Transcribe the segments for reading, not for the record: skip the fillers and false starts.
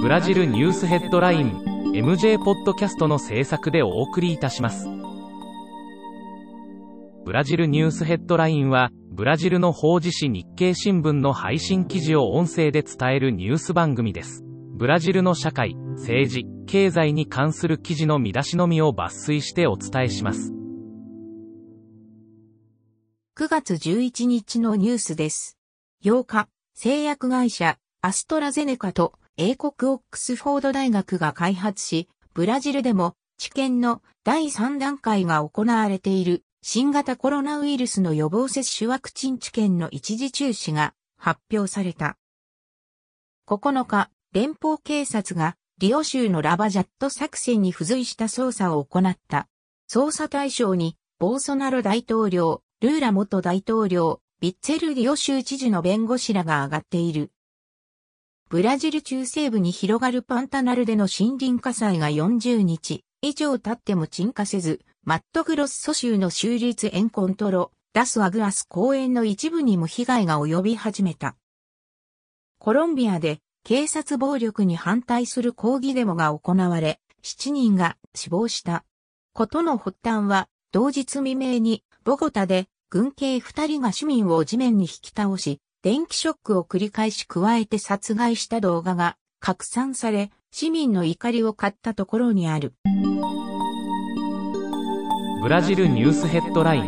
ブラジルニュースヘッドライン MJ ポッドキャストの制作でお送りいたします。ブラジルニュースヘッドラインはブラジルの法事紙日経新聞の配信記事を音声で伝えるニュース番組です。ブラジルの社会、政治、経済に関する記事の見出しのみを抜粋してお伝えします。 9月11日のニュースです。8日、製薬会社アストラゼネカと英国オックスフォード大学が開発し、ブラジルでも治験の第3段階が行われている新型コロナウイルスの予防接種ワクチン治験の一時中止が発表された。9日、連邦警察がリオ州のラバジャット作戦に付随した捜査を行った。捜査対象にボルソナロ大統領、ルーラ元大統領、ビッツェルリオ州知事の弁護士らが挙がっている。ブラジル中西部に広がるパンタナルでの森林火災が40日以上経っても鎮火せず、マットグロッソ州の州立エンコントロ、ダスアグアス公園の一部にも被害が及び始めた。コロンビアで警察暴力に反対する抗議デモが行われ、7人が死亡した。ことの発端は、同日未明にボゴタで軍警2人が市民を地面に引き倒し、電気ショックを繰り返し加えて殺害した動画が拡散され、市民の怒りを買ったところにある。 ブラジルニュースヘッドライン。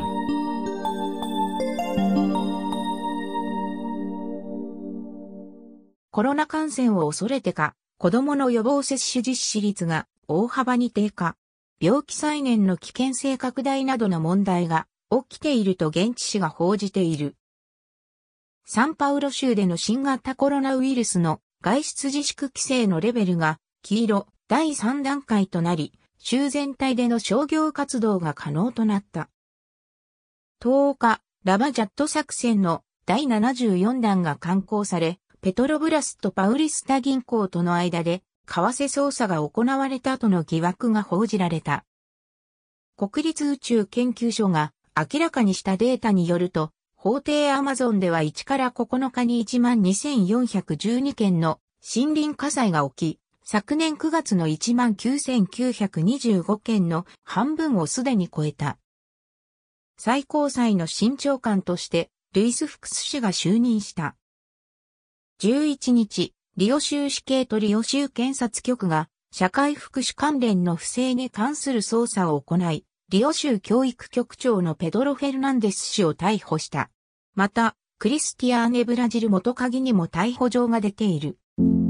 コロナ感染を恐れてか、子供の予防接種実施率が大幅に低下。病気再燃の危険性拡大などの問題が起きていると現地紙が報じている。サンパウロ州での新型コロナウイルスの外出自粛規制のレベルが黄色第3段階となり、州全体での商業活動が可能となった。10日、ラバジャット作戦の第74弾が敢行され、ペトロブラスとパウリスタ銀行との間で為替操作が行われたとの疑惑が報じられた。国立宇宙研究所が明らかにしたデータによると、法廷アマゾンでは1から9日に12,412件の森林火災が起き、昨年9月の19,925件の半分をすでに超えた。最高裁の新長官として、ルイス・フクス氏が就任した。11日、リオ州死刑とリオ州検察局が社会福祉関連の不正に関する捜査を行い、リオ州教育局長のペドロ・フェルナンデス氏を逮捕した。また、クリスティアーネ・ブラジル元鍵にも逮捕状が出ている。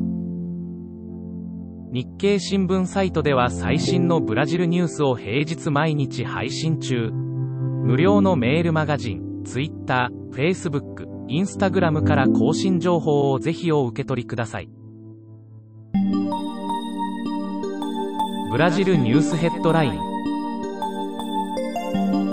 日経新聞サイトでは最新のブラジルニュースを平日毎日配信中。無料のメールマガジン、Twitter、Facebook、Instagram から更新情報をぜひお受け取りください。ブラジルニュースヘッドライン。